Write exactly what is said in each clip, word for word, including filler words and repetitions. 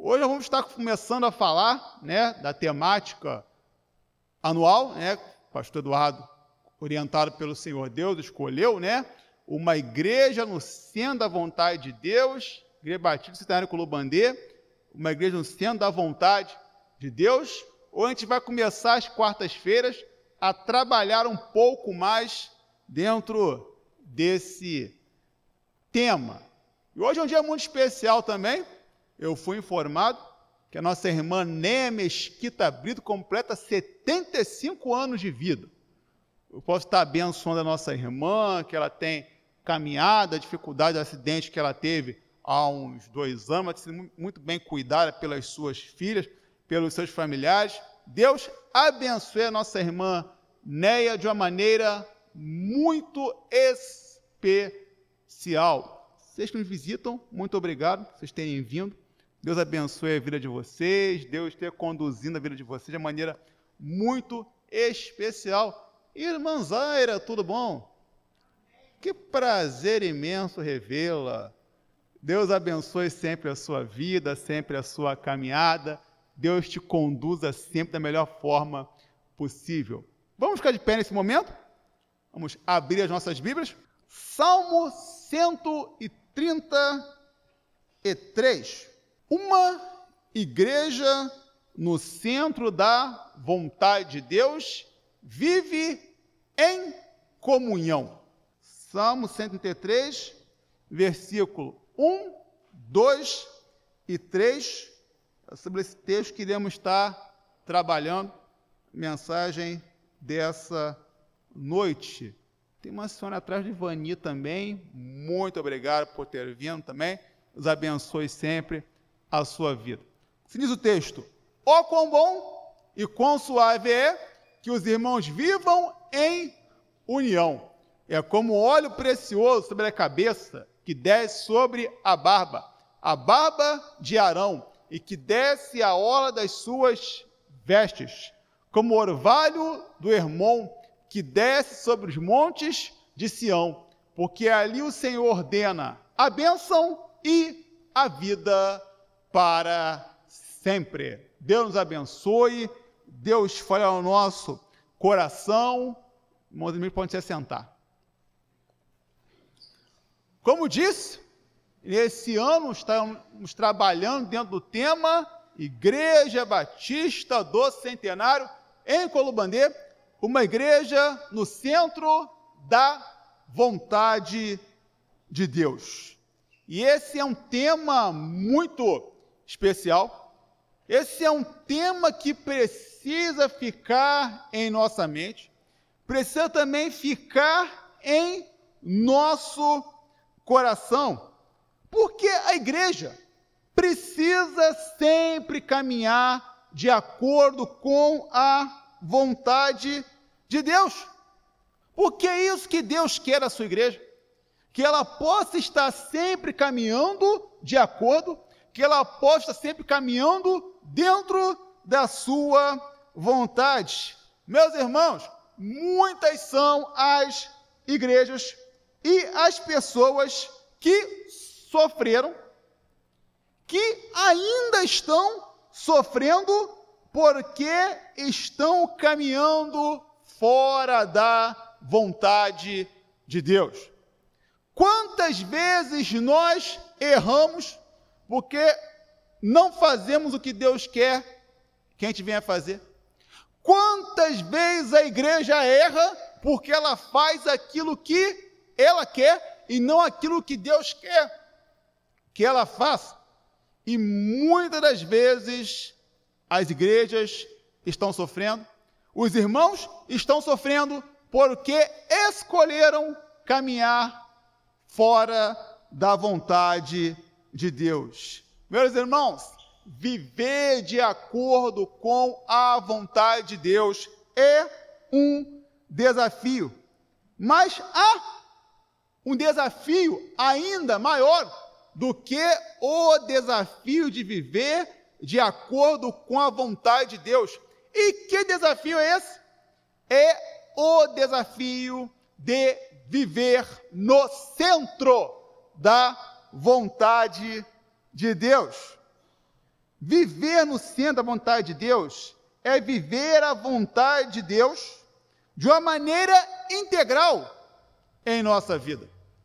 Hoje nós vamos estar começando a falar, né, da temática anual, né? O pastor Eduardo, orientado pelo Senhor Deus, escolheu, né, uma igreja no centro da vontade de Deus, Igreja Batista Centenário Culubandê, uma igreja no centro da vontade de Deus. Hoje a gente vai começar às quartas-feiras a trabalhar um pouco mais dentro desse tema. E hoje é um dia muito especial também. Eu fui informado que a nossa irmã Néia Mesquita Brito completa setenta e cinco anos de vida. Eu posso estar abençoando a nossa irmã, que ela tem caminhada, a dificuldade, o acidente que ela teve há uns dois anos, tem sido muito bem cuidada pelas suas filhas, pelos seus familiares. Deus abençoe a nossa irmã Néia de uma maneira muito especial. Vocês que nos visitam, muito obrigado por vocês terem vindo. Deus abençoe a vida de vocês, Deus esteja conduzindo a vida de vocês de uma maneira muito especial. Irmã Zaira, tudo bom? Que prazer imenso revê-la. Deus abençoe sempre a sua vida, sempre a sua caminhada. Deus te conduza sempre da melhor forma possível. Vamos ficar de pé nesse momento? Vamos abrir as nossas Bíblias. Salmo cento e trinta e três. Uma igreja no centro da vontade de Deus vive em comunhão. Salmo cento e trinta e três, versículo um, dois e três. É sobre esse texto que iremos estar trabalhando, mensagem dessa noite. Tem uma senhora atrás de Vani também. Muito obrigado por ter vindo também. Deus abençoe sempre a sua vida. Se diz o texto: ó quão bom e quão suave é que os irmãos vivam em união. É como óleo precioso sobre a cabeça, que desce sobre a barba, a barba de Arão, e que desce a orla das suas vestes, como o orvalho do Hermon, que desce sobre os montes de Sião, porque ali o Senhor ordena a bênção e a vida para sempre. Deus nos abençoe, Deus fale ao nosso coração. Irmãos e irmãs, podem se assentar. Como disse, esse ano estamos trabalhando dentro do tema Igreja Batista do Centenário em Culubandê, uma igreja no centro da vontade de Deus. E esse é um tema muito especial. Esse é um tema que precisa ficar em nossa mente, precisa também ficar em nosso coração, porque a igreja precisa sempre caminhar de acordo com a vontade de Deus. Porque é isso que Deus quer da sua igreja, que ela possa estar sempre caminhando de acordo, que ela possa estar sempre caminhando dentro da sua vontade. Meus irmãos, muitas são as igrejas e as pessoas que sofreram, que ainda estão sofrendo porque estão caminhando fora da vontade de Deus. Quantas vezes nós erramos porque não fazemos o que Deus quer que a gente venha fazer? Quantas vezes a igreja erra porque ela faz aquilo que ela quer e não aquilo que Deus quer que ela faça? E muitas das vezes as igrejas estão sofrendo, os irmãos estão sofrendo porque escolheram caminhar fora da vontade de Deus. Meus irmãos, viver de acordo com a vontade de Deus é um desafio. Mas há um desafio ainda maior do que o desafio de viver de acordo com a vontade de Deus. E que desafio é esse? É o desafio de viver no centro da vontade de Deus. Viver no centro da vontade de Deus é viver a vontade de Deus de uma maneira integral em nossa vida.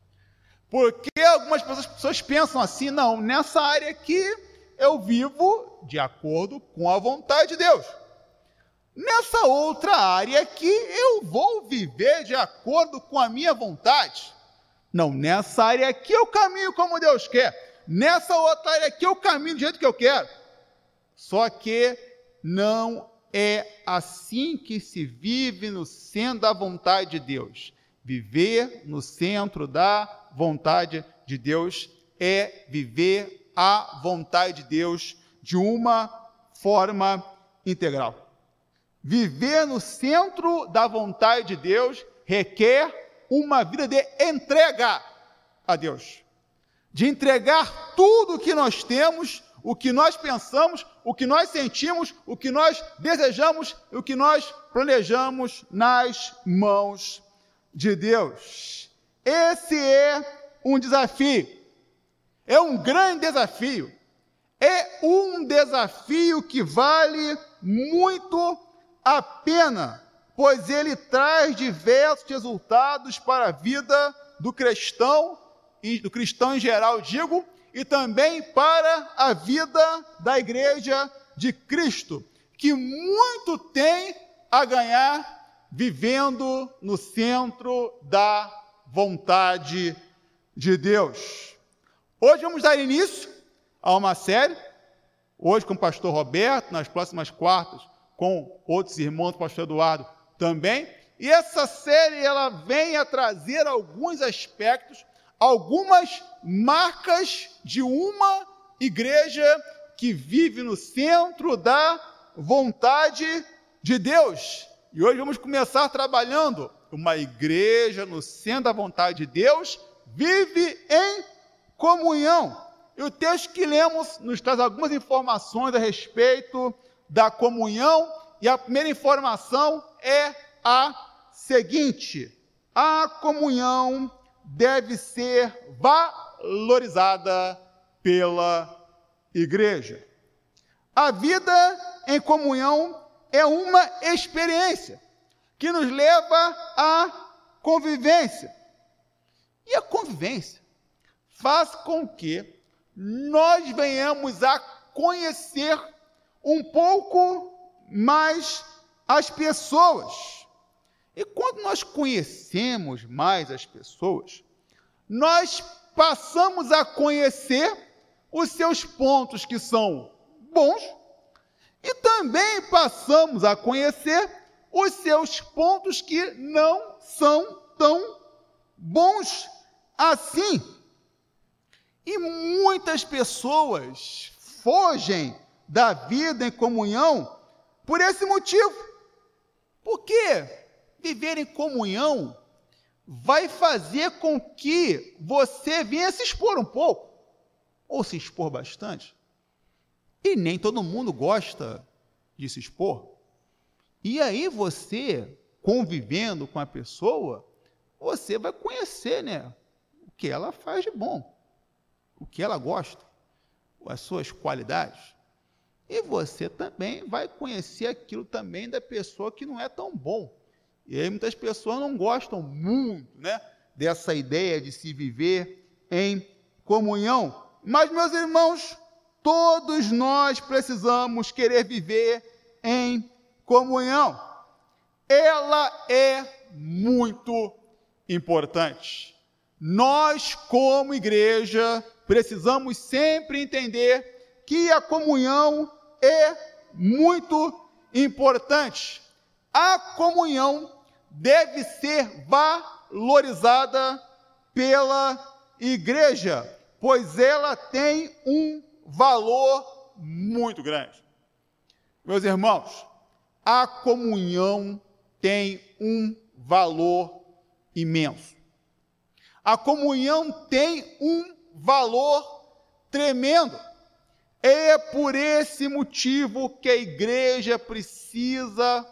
Porque algumas pessoas, pessoas pensam assim, não, nessa área aqui eu vivo de acordo com a vontade de Deus. Nessa outra área aqui eu vou viver de acordo com a minha vontade. Não, nessa área aqui eu caminho como Deus quer. Nessa outra área aqui eu caminho do jeito que eu quero. Só que não é assim que se vive no centro da vontade de Deus. Viver no centro da vontade de Deus é viver a vontade de Deus de uma forma integral. Viver no centro da vontade de Deus requer uma vida de entrega a Deus. De entregar tudo o que nós temos, o que nós pensamos, o que nós sentimos, o que nós desejamos, o que nós planejamos nas mãos de Deus. Esse é um desafio. É um grande desafio. É um desafio que vale muito a pena, pois ele traz diversos resultados para a vida do cristão, do cristão em geral, digo, e também para a vida da igreja de Cristo, que muito tem a ganhar vivendo no centro da vontade de Deus. Hoje vamos dar início a uma série, hoje com o pastor Roberto, nas próximas quartas com outros irmãos do pastor Eduardo também, e essa série ela vem a trazer alguns aspectos, algumas marcas de uma igreja que vive no centro da vontade de Deus. E hoje vamos começar trabalhando. Uma igreja no centro da vontade de Deus vive em comunhão. E o texto que lemos nos traz algumas informações a respeito da comunhão, e a primeira informação é a seguinte: a comunhão deve ser valorizada pela igreja. A vida em comunhão é uma experiência que nos leva à convivência. E a convivência faz com que nós venhamos a conhecer um pouco mais as pessoas. E quando nós conhecemos mais as pessoas, nós passamos a conhecer os seus pontos que são bons e também passamos a conhecer os seus pontos que não são tão bons assim. E muitas pessoas fogem da vida em comunhão por esse motivo. Porque viver em comunhão vai fazer com que você venha se expor um pouco, ou se expor bastante. E nem todo mundo gosta de se expor. E aí você, convivendo com a pessoa, você vai conhecer, né, o que ela faz de bom, o que ela gosta, as suas qualidades. E você também vai conhecer aquilo também da pessoa que não é tão bom. E aí muitas pessoas não gostam muito, né, dessa ideia de se viver em comunhão. Mas, meus irmãos, todos nós precisamos querer viver em comunhão. Ela é muito importante. Nós, como igreja, precisamos sempre entender que a comunhão é muito importante. A comunhão deve ser valorizada pela igreja, pois ela tem um valor muito grande. Meus irmãos, a comunhão tem um valor imenso. A comunhão tem um valor tremendo. É por esse motivo que a igreja precisa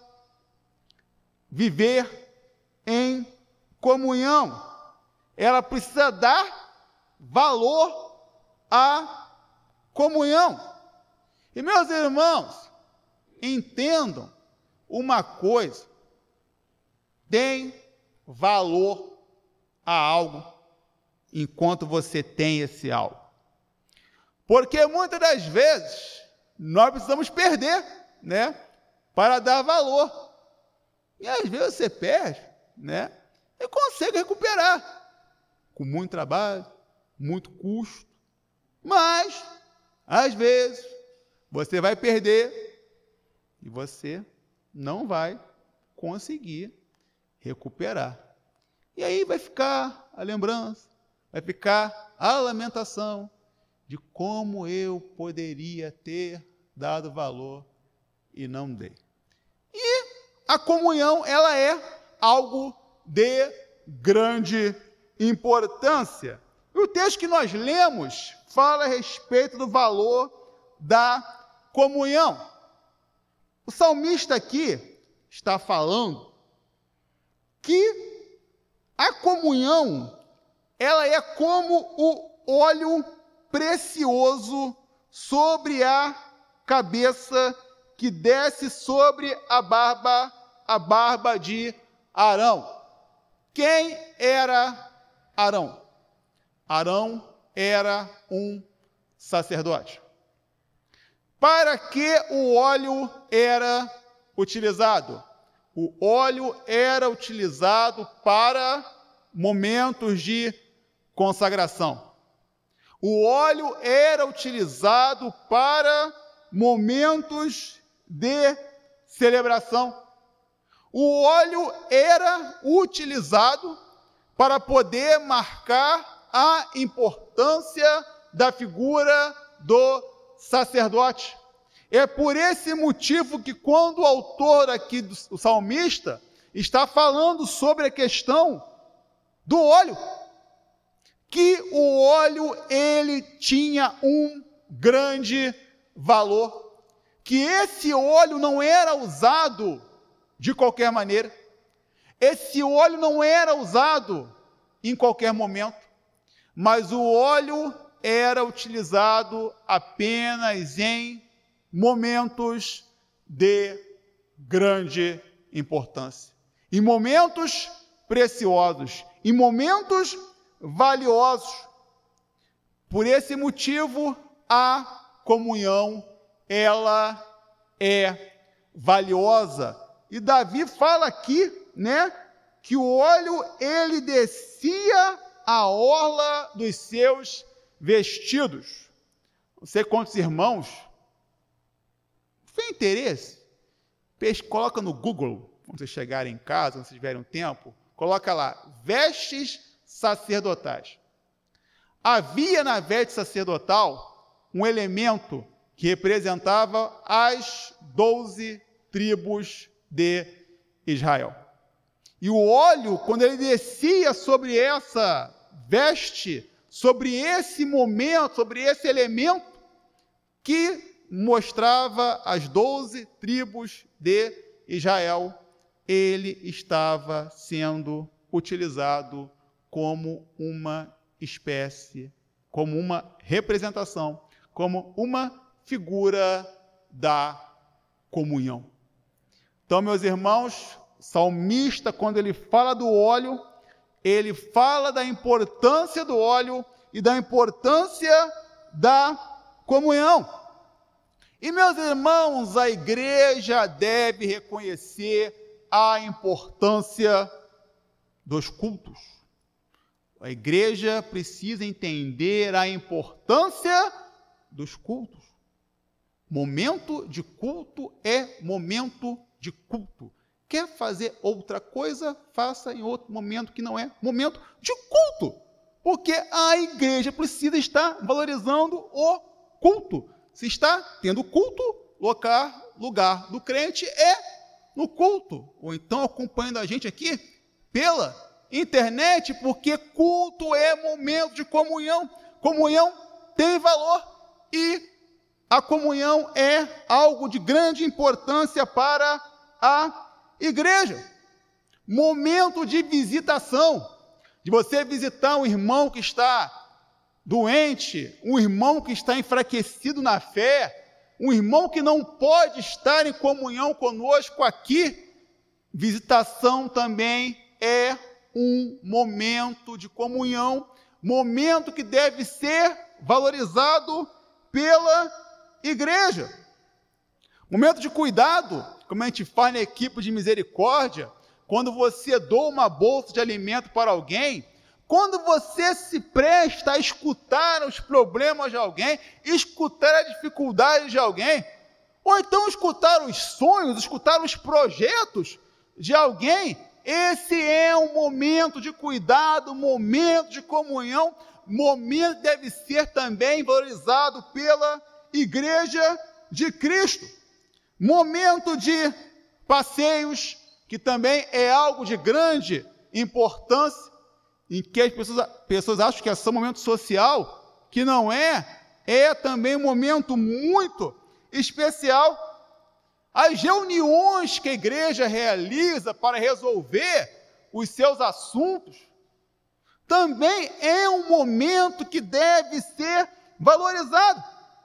viver em comunhão. Ela precisa dar valor à comunhão. E, meus irmãos, entendam uma coisa: tem valor a algo enquanto você tem esse algo. Porque muitas das vezes nós precisamos perder, né, para dar valor. E às vezes você perde, né, e consegue recuperar com muito trabalho, muito custo, mas às vezes você vai perder e você não vai conseguir recuperar. E aí vai ficar a lembrança, vai ficar a lamentação de como eu poderia ter dado valor e não dei. E a comunhão, ela é algo de grande importância. E o texto que nós lemos fala a respeito do valor da comunhão. O salmista aqui está falando que a comunhão, ela é como o óleo precioso sobre a cabeça que desce sobre a barba, a barba de Arão. Quem era Arão? Arão era um sacerdote. Para que o óleo era utilizado? O óleo era utilizado para momentos de consagração. O óleo era utilizado para momentos de celebração. O óleo era utilizado para poder marcar a importância da figura do sacerdote. É por esse motivo que quando o autor aqui, do, o salmista, está falando sobre a questão do óleo, que o óleo, ele tinha um grande valor, que esse óleo não era usado de qualquer maneira, esse óleo não era usado em qualquer momento, mas o óleo era utilizado apenas em momentos de grande importância, em momentos preciosos, em momentos valiosos. Por esse motivo, a comunhão, ela é valiosa. E Davi fala aqui, né, que o óleo, ele descia a orla dos seus vestidos. Não sei quantos irmãos tem interesse, coloca no Google, quando vocês chegarem em casa, quando vocês tiverem um tempo, coloca lá, vestes sacerdotais. Havia na veste sacerdotal um elemento que representava as doze tribos de Israel. E o óleo, quando ele descia sobre essa veste, sobre esse momento, sobre esse elemento que mostrava as doze tribos de Israel, ele estava sendo utilizado como uma espécie, como uma representação, como uma figura da comunhão. Então, meus irmãos, o salmista, quando ele fala do óleo, ele fala da importância do óleo e da importância da comunhão. E, meus irmãos, a igreja deve reconhecer a importância dos cultos. A igreja precisa entender a importância dos cultos. Momento de culto é momento de culto. Quer fazer outra coisa, faça em outro momento que não é momento de culto. Porque a igreja precisa estar valorizando o culto. Se está tendo culto, lugar, lugar do crente é no culto. Ou então acompanhando a gente aqui pela internet, porque culto é momento de comunhão. Comunhão tem valor e a comunhão é algo de grande importância para a igreja. Momento de visitação, de você visitar um irmão que está doente, um irmão que está enfraquecido na fé, um irmão que não pode estar em comunhão conosco aqui, visitação também é um momento de comunhão, momento que deve ser valorizado pela igreja. Momento de cuidado, como a gente faz na equipe de misericórdia, quando você doa uma bolsa de alimento para alguém, quando você se presta a escutar os problemas de alguém, escutar a dificuldade de alguém, ou então escutar os sonhos, escutar os projetos de alguém, esse é um momento de cuidado, momento de comunhão, momento deve ser também valorizado pela Igreja de Cristo. Momento de passeios, que também é algo de grande importância, em que as pessoas, pessoas acham que é só um momento social, que não é, é também um momento muito especial. As reuniões que a igreja realiza para resolver os seus assuntos, também é um momento que deve ser valorizado.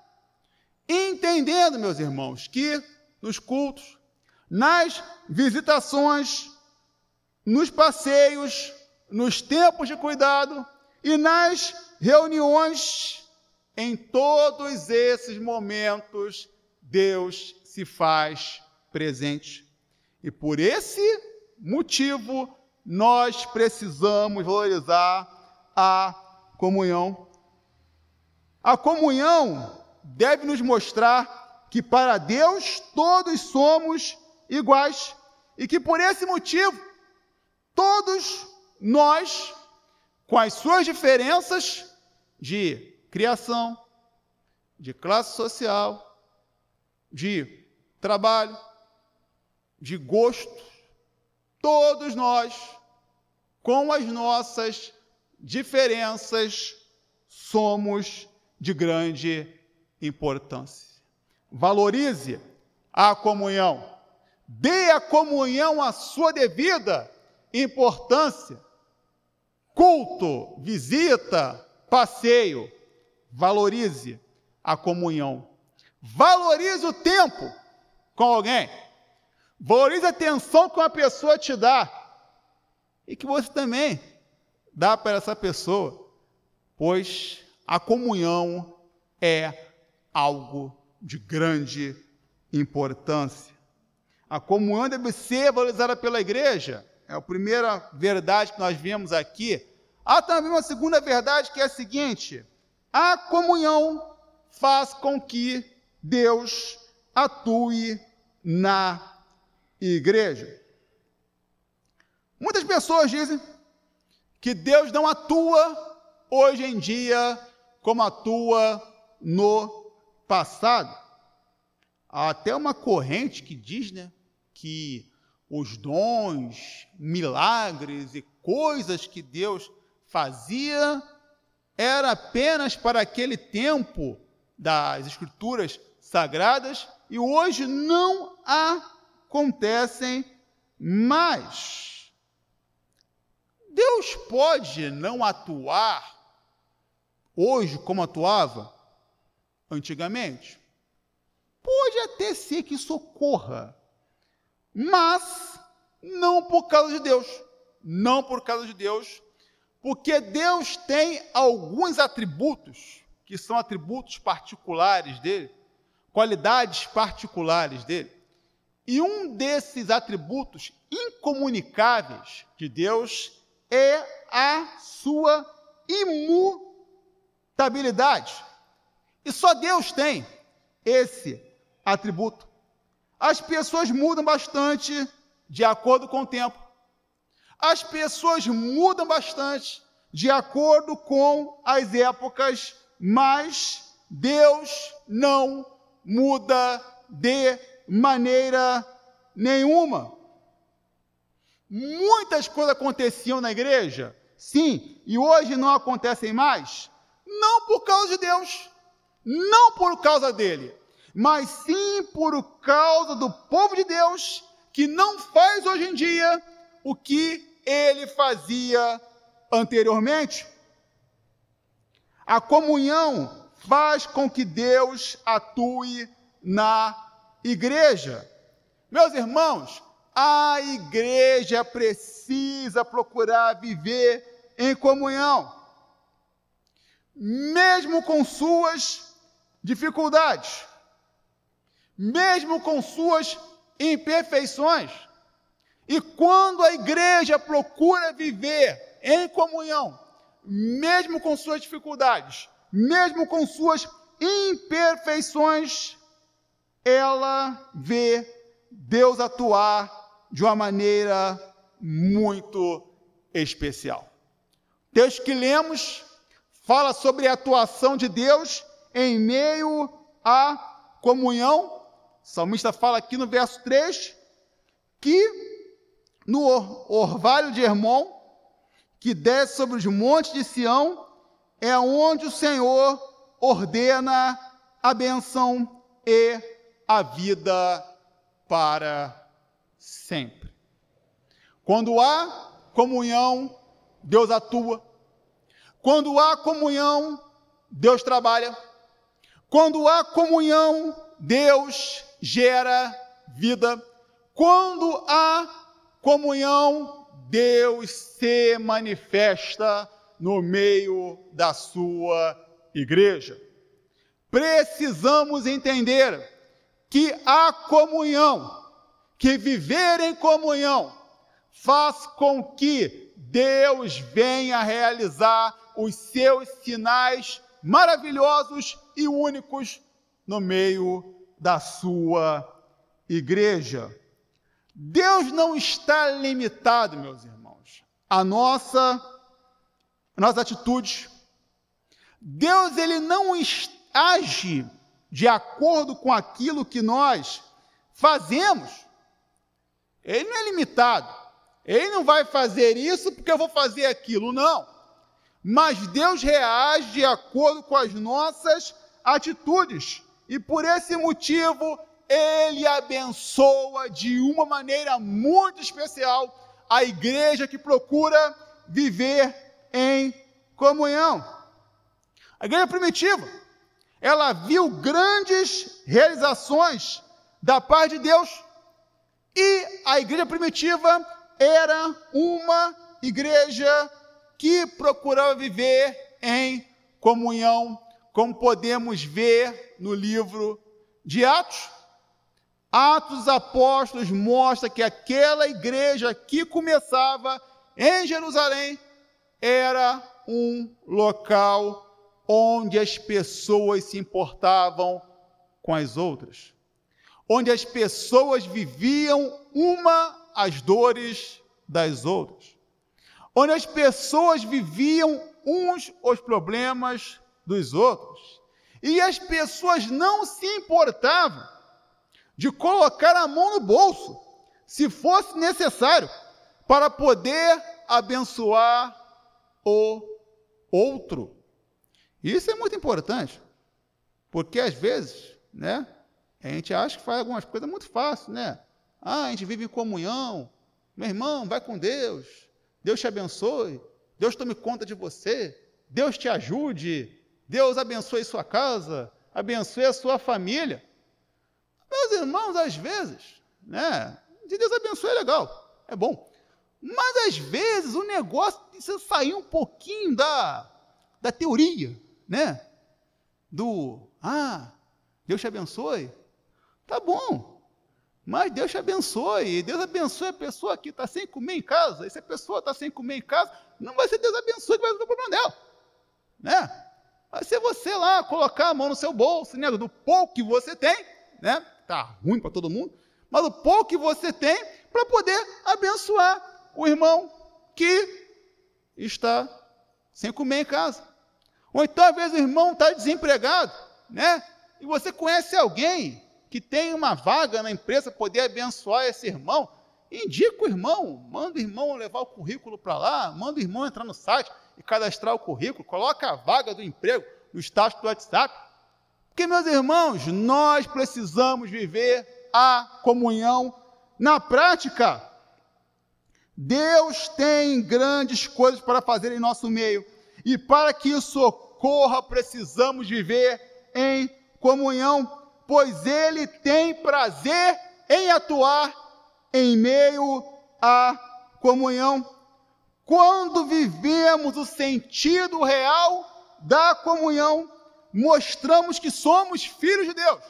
Entendendo, meus irmãos, que nos cultos, nas visitações, nos passeios, nos tempos de cuidado e nas reuniões, em todos esses momentos, Deus se faz presente. E por esse motivo, nós precisamos valorizar a comunhão. A comunhão deve nos mostrar que para Deus todos somos iguais e que por esse motivo, todos nós, com as suas diferenças de criação, de classe social, de trabalho, de gosto, todos nós, com as nossas diferenças, somos de grande importância. Valorize a comunhão, dê à comunhão a sua devida importância. Culto, visita, passeio, valorize a comunhão. Valorize o tempo com alguém. Valorize a atenção que uma pessoa te dá. E que você também dá para essa pessoa. Pois a comunhão é algo de grande importância. A comunhão deve ser valorizada pela igreja. É a primeira verdade que nós vemos aqui. Há também uma segunda verdade que é a seguinte: a comunhão faz com que Deus atue na igreja. Muitas pessoas dizem que Deus não atua hoje em dia como atua no passado. Há até uma corrente que diz, né, que os dons, milagres e coisas que Deus fazia era apenas para aquele tempo das Escrituras sagradas e hoje não acontecem mais. Deus pode não atuar hoje como atuava antigamente? Pode até ser que isso ocorra, mas não por causa de Deus, não por causa de Deus, porque Deus tem alguns atributos, que são atributos particulares dele, qualidades particulares dele, e um desses atributos incomunicáveis de Deus é a sua imutabilidade. E só Deus tem esse atributo. As pessoas mudam bastante de acordo com o tempo. As pessoas mudam bastante de acordo com as épocas, mas Deus não muda de maneira nenhuma. Muitas coisas aconteciam na igreja, sim, e hoje não acontecem mais, não por causa de Deus, não por causa dele, mas sim por causa do povo de Deus, que não faz hoje em dia o que ele fazia anteriormente. A comunhão faz com que Deus atue na igreja. Meus irmãos, a igreja precisa procurar viver em comunhão, mesmo com suas dificuldades, mesmo com suas imperfeições. E quando a igreja procura viver em comunhão, mesmo com suas dificuldades, mesmo com suas imperfeições, ela vê Deus atuar de uma maneira muito especial. O texto que lemos fala sobre a atuação de Deus em meio à comunhão. O salmista fala aqui no verso três, que no orvalho de Hermon, que desce sobre os montes de Sião, é onde o Senhor ordena a bênção e a vida para sempre. Quando há comunhão, Deus atua. Quando há comunhão, Deus trabalha. Quando há comunhão, Deus gera vida. Quando há comunhão, Deus se manifesta no meio da sua igreja. Precisamos entender que a comunhão, que viver em comunhão, faz com que Deus venha realizar os seus sinais maravilhosos e únicos no meio da sua igreja. Deus não está limitado, meus irmãos, à nossa, à nossa atitude. Deus, ele não age de acordo com aquilo que nós fazemos. Ele não é limitado. Ele não vai fazer isso porque eu vou fazer aquilo, não. Mas Deus reage de acordo com as nossas atitudes. E por esse motivo, Ele abençoa de uma maneira muito especial a igreja que procura viver em comunhão. A igreja primitiva, ela viu grandes realizações da parte de Deus. E a igreja primitiva era uma igreja que procurava viver em comunhão, como podemos ver no livro de Atos. Atos dos Apóstolos mostra que aquela igreja que começava em Jerusalém era um local onde as pessoas se importavam com as outras, onde as pessoas viviam uma as dores das outras, onde as pessoas viviam uns os problemas dos outros, e as pessoas não se importavam de colocar a mão no bolso, se fosse necessário, para poder abençoar o outro. Isso é muito importante, porque às vezes, né, a gente acha que faz algumas coisas muito fáceis, né? Ah, a gente vive em comunhão, meu irmão, vai com Deus, Deus te abençoe, Deus tome conta de você, Deus te ajude, Deus abençoe sua casa, abençoe a sua família. Meus irmãos, às vezes, né, de Deus abençoe é legal, é bom, mas às vezes o negócio precisa sair um pouquinho da, da teoria, né, do, ah, Deus te abençoe, tá bom, mas Deus te abençoe, Deus abençoe a pessoa que está sem comer em casa, e se a pessoa está sem comer em casa, não vai ser Deus abençoe que vai resolver o problema dela, né, vai ser você lá, colocar a mão no seu bolso, né, do pouco que você tem, né, tá ruim para todo mundo, mas o pouco que você tem para poder abençoar o irmão que está sem comer em casa. Ou então, às vezes, o irmão está desempregado, né? E você conhece alguém que tem uma vaga na empresa para poder abençoar esse irmão, indica o irmão, manda o irmão levar o currículo para lá, manda o irmão entrar no site e cadastrar o currículo, coloca a vaga do emprego no status do WhatsApp. Porque, meus irmãos, nós precisamos viver a comunhão na prática. Deus tem grandes coisas para fazer em nosso meio. E para que isso ocorra, precisamos viver em comunhão. pois Ele tem prazer em atuar em meio à comunhão. Quando vivemos o sentido real da comunhão, mostramos que somos filhos de Deus.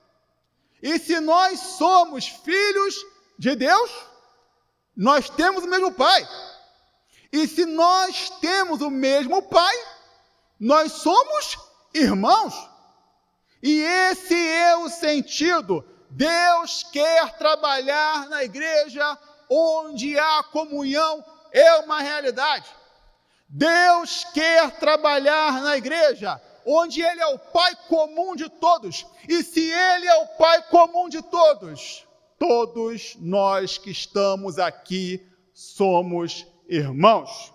E se nós somos filhos de Deus, nós temos o mesmo Pai. E se nós temos o mesmo Pai, nós somos irmãos. E esse é o sentido. Deus quer trabalhar na igreja onde a comunhão é uma realidade. Deus quer trabalhar na igreja onde Ele é o Pai comum de todos. E se Ele é o Pai comum de todos, todos nós que estamos aqui somos irmãos.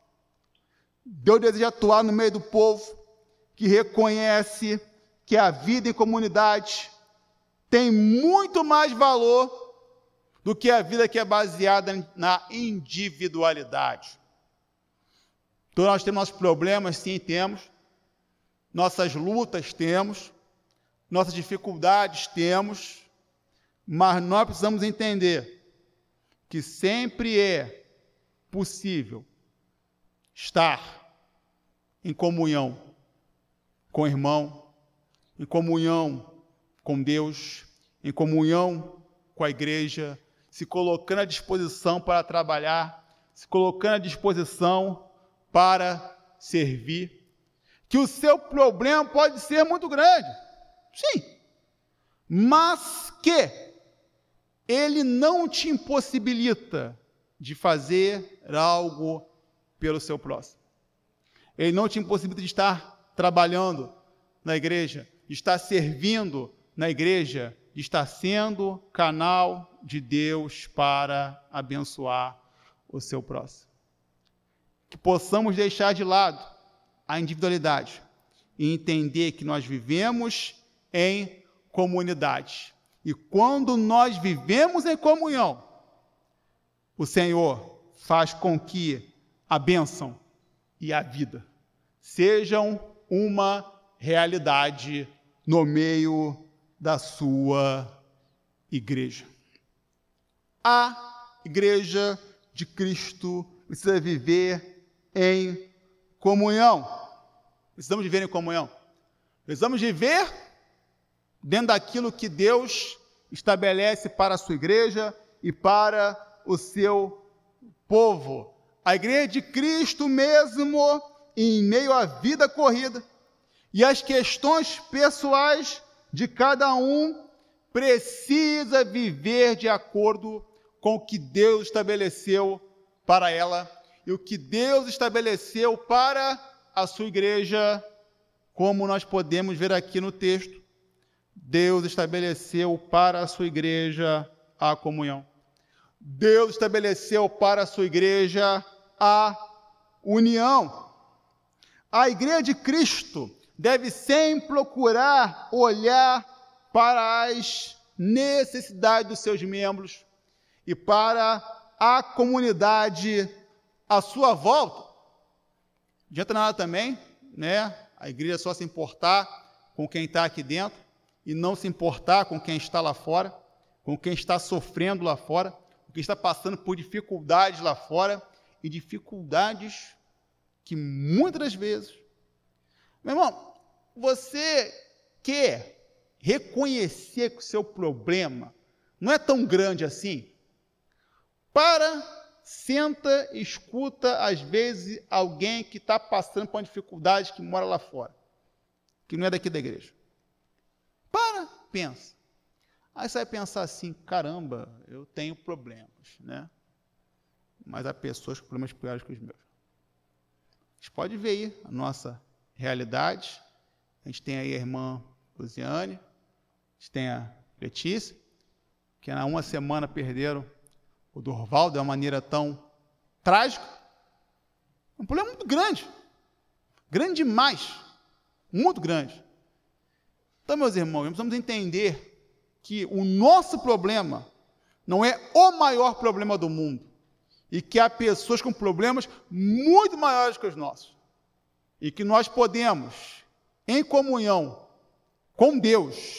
Deus deseja atuar no meio do povo que reconhece que a vida em comunidade tem muito mais valor do que a vida que é baseada na individualidade. Então nós temos nossos problemas, sim, temos. Nossas lutas temos. Nossas dificuldades temos. Mas nós precisamos entender que sempre é possível estar em comunhão com o irmão, em comunhão com Deus, em comunhão com a igreja, se colocando à disposição para trabalhar, se colocando à disposição para servir. Que o seu problema pode ser muito grande, sim, mas que ele não te impossibilita de fazer algo pelo seu próximo. Ele não te impossibilita de estar trabalhando na igreja, de estar servindo na igreja, de estar sendo canal de Deus para abençoar o seu próximo. Que possamos deixar de lado a individualidade e entender que nós vivemos em comunidade. E quando nós vivemos em comunhão, o Senhor faz com que a bênção e a vida sejam uma realidade no meio da sua igreja. A igreja de Cristo precisa viver em comunhão. Precisamos viver em comunhão. Precisamos viver dentro daquilo que Deus estabelece para a sua igreja e para o seu povo. A igreja de Cristo mesmo, em meio à vida corrida e às questões pessoais de cada um, precisa viver de acordo com o que Deus estabeleceu para ela e o que Deus estabeleceu para a sua igreja, como nós podemos ver aqui no texto. Deus estabeleceu para a sua igreja a comunhão. Deus estabeleceu para a sua igreja a união. A igreja de Cristo deve sempre procurar olhar para as necessidades dos seus membros e para a comunidade à sua volta. Não adianta nada também, né? A igreja só se importar com quem está aqui dentro e não se importar com quem está lá fora, com quem está sofrendo lá fora, com quem está passando por dificuldades lá fora, e dificuldades que muitas das vezes... Meu irmão, você quer reconhecer que o seu problema não é tão grande assim? Para, senta, escuta, às vezes, alguém que está passando por uma dificuldade, que mora lá fora, que não é daqui da igreja. Para, pensa. Aí você vai pensar assim, caramba, eu tenho problemas, né? Mas há pessoas com problemas piores que os meus. A gente pode ver aí a nossa realidade. A gente tem aí a irmã Luziane, a gente tem a Letícia, que há uma semana perderam o Dorval de uma maneira tão trágica. É um problema muito grande. Grande demais. Muito grande. Então, meus irmãos, nós precisamos entender que o nosso problema não é o maior problema do mundo e que há pessoas com problemas muito maiores que os nossos e que nós podemos, em comunhão com Deus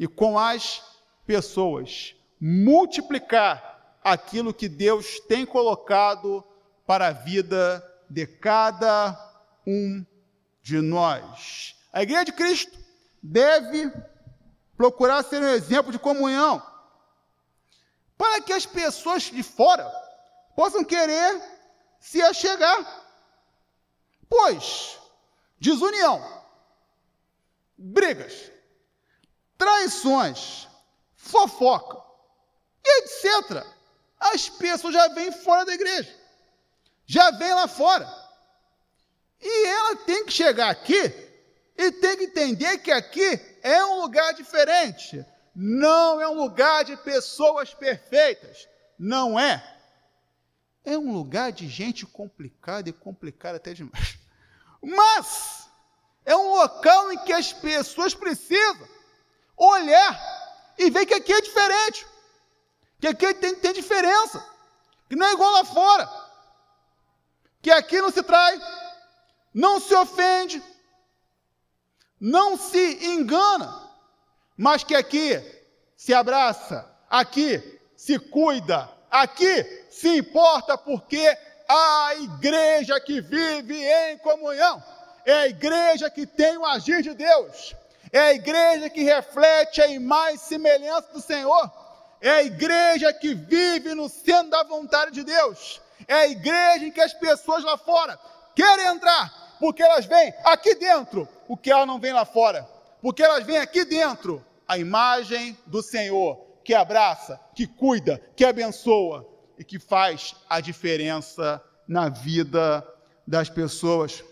e com as pessoas, multiplicar aquilo que Deus tem colocado para a vida de cada um de nós. A Igreja de Cristo deve procurar ser um exemplo de comunhão, para que as pessoas de fora possam querer se achegar. Pois desunião, brigas, traições, fofoca, etcétera, as pessoas já vêm fora da igreja, já vêm lá fora. E ela tem que chegar aqui e tem que entender que aqui é um lugar diferente. Não é um lugar de pessoas perfeitas. Não é. É um lugar de gente complicada e complicada até demais. Mas é um local em que as pessoas precisam olhar e ver que aqui é diferente. Que aqui tem, tem diferença. Que não é igual lá fora. Que aqui não se trai, não se ofende, não se engana, mas que aqui se abraça, aqui se cuida, aqui se importa, porque a igreja que vive em comunhão é a igreja que tem o agir de Deus, é a igreja que reflete a imagem e semelhança do Senhor, é a igreja que vive no centro da vontade de Deus, é a igreja em que as pessoas lá fora querem entrar, porque elas veem aqui dentro o que elas não veem lá fora, porque elas veem aqui dentro a imagem do Senhor, que abraça, que cuida, que abençoa e que faz a diferença na vida das pessoas.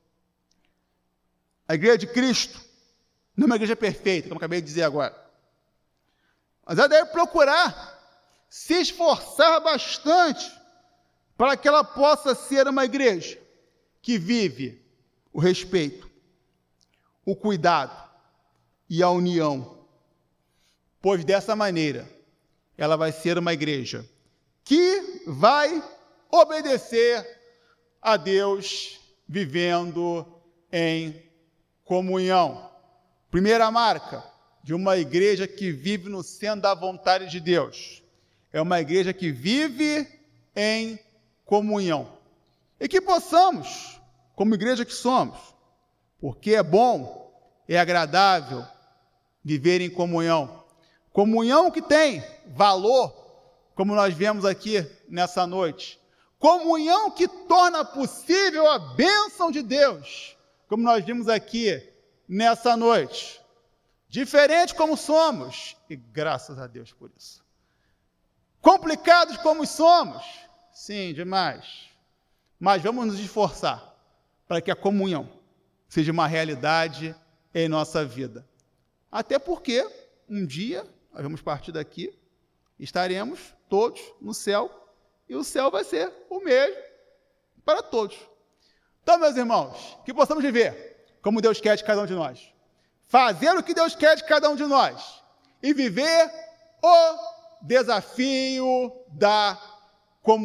A igreja de Cristo não é uma igreja perfeita, como eu acabei de dizer agora, mas ela deve procurar se esforçar bastante para que ela possa ser uma igreja que vive o respeito, o cuidado e a união, pois dessa maneira ela vai ser uma igreja que vai obedecer a Deus vivendo em comunhão. Primeira marca de uma igreja que vive no centro da vontade de Deus é uma igreja que vive em comunhão. E que possamos, como igreja que somos, porque é bom, é agradável viver em comunhão. Comunhão que tem valor, como nós vemos aqui nessa noite. Comunhão que torna possível a bênção de Deus, como nós vimos aqui nessa noite. Diferente como somos, e graças a Deus por isso. Complicados como somos, sim, demais. Mas vamos nos esforçar para que a comunhão seja uma realidade em nossa vida. Até porque um dia nós vamos partir daqui, estaremos todos no céu, e o céu vai ser o mesmo para todos. Então, meus irmãos, que possamos viver como Deus quer de cada um de nós. Fazer o que Deus quer de cada um de nós. E viver o desafio da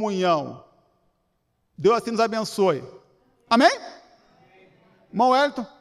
comunhão. Deus assim nos abençoe. Amém? Irmão Wellington.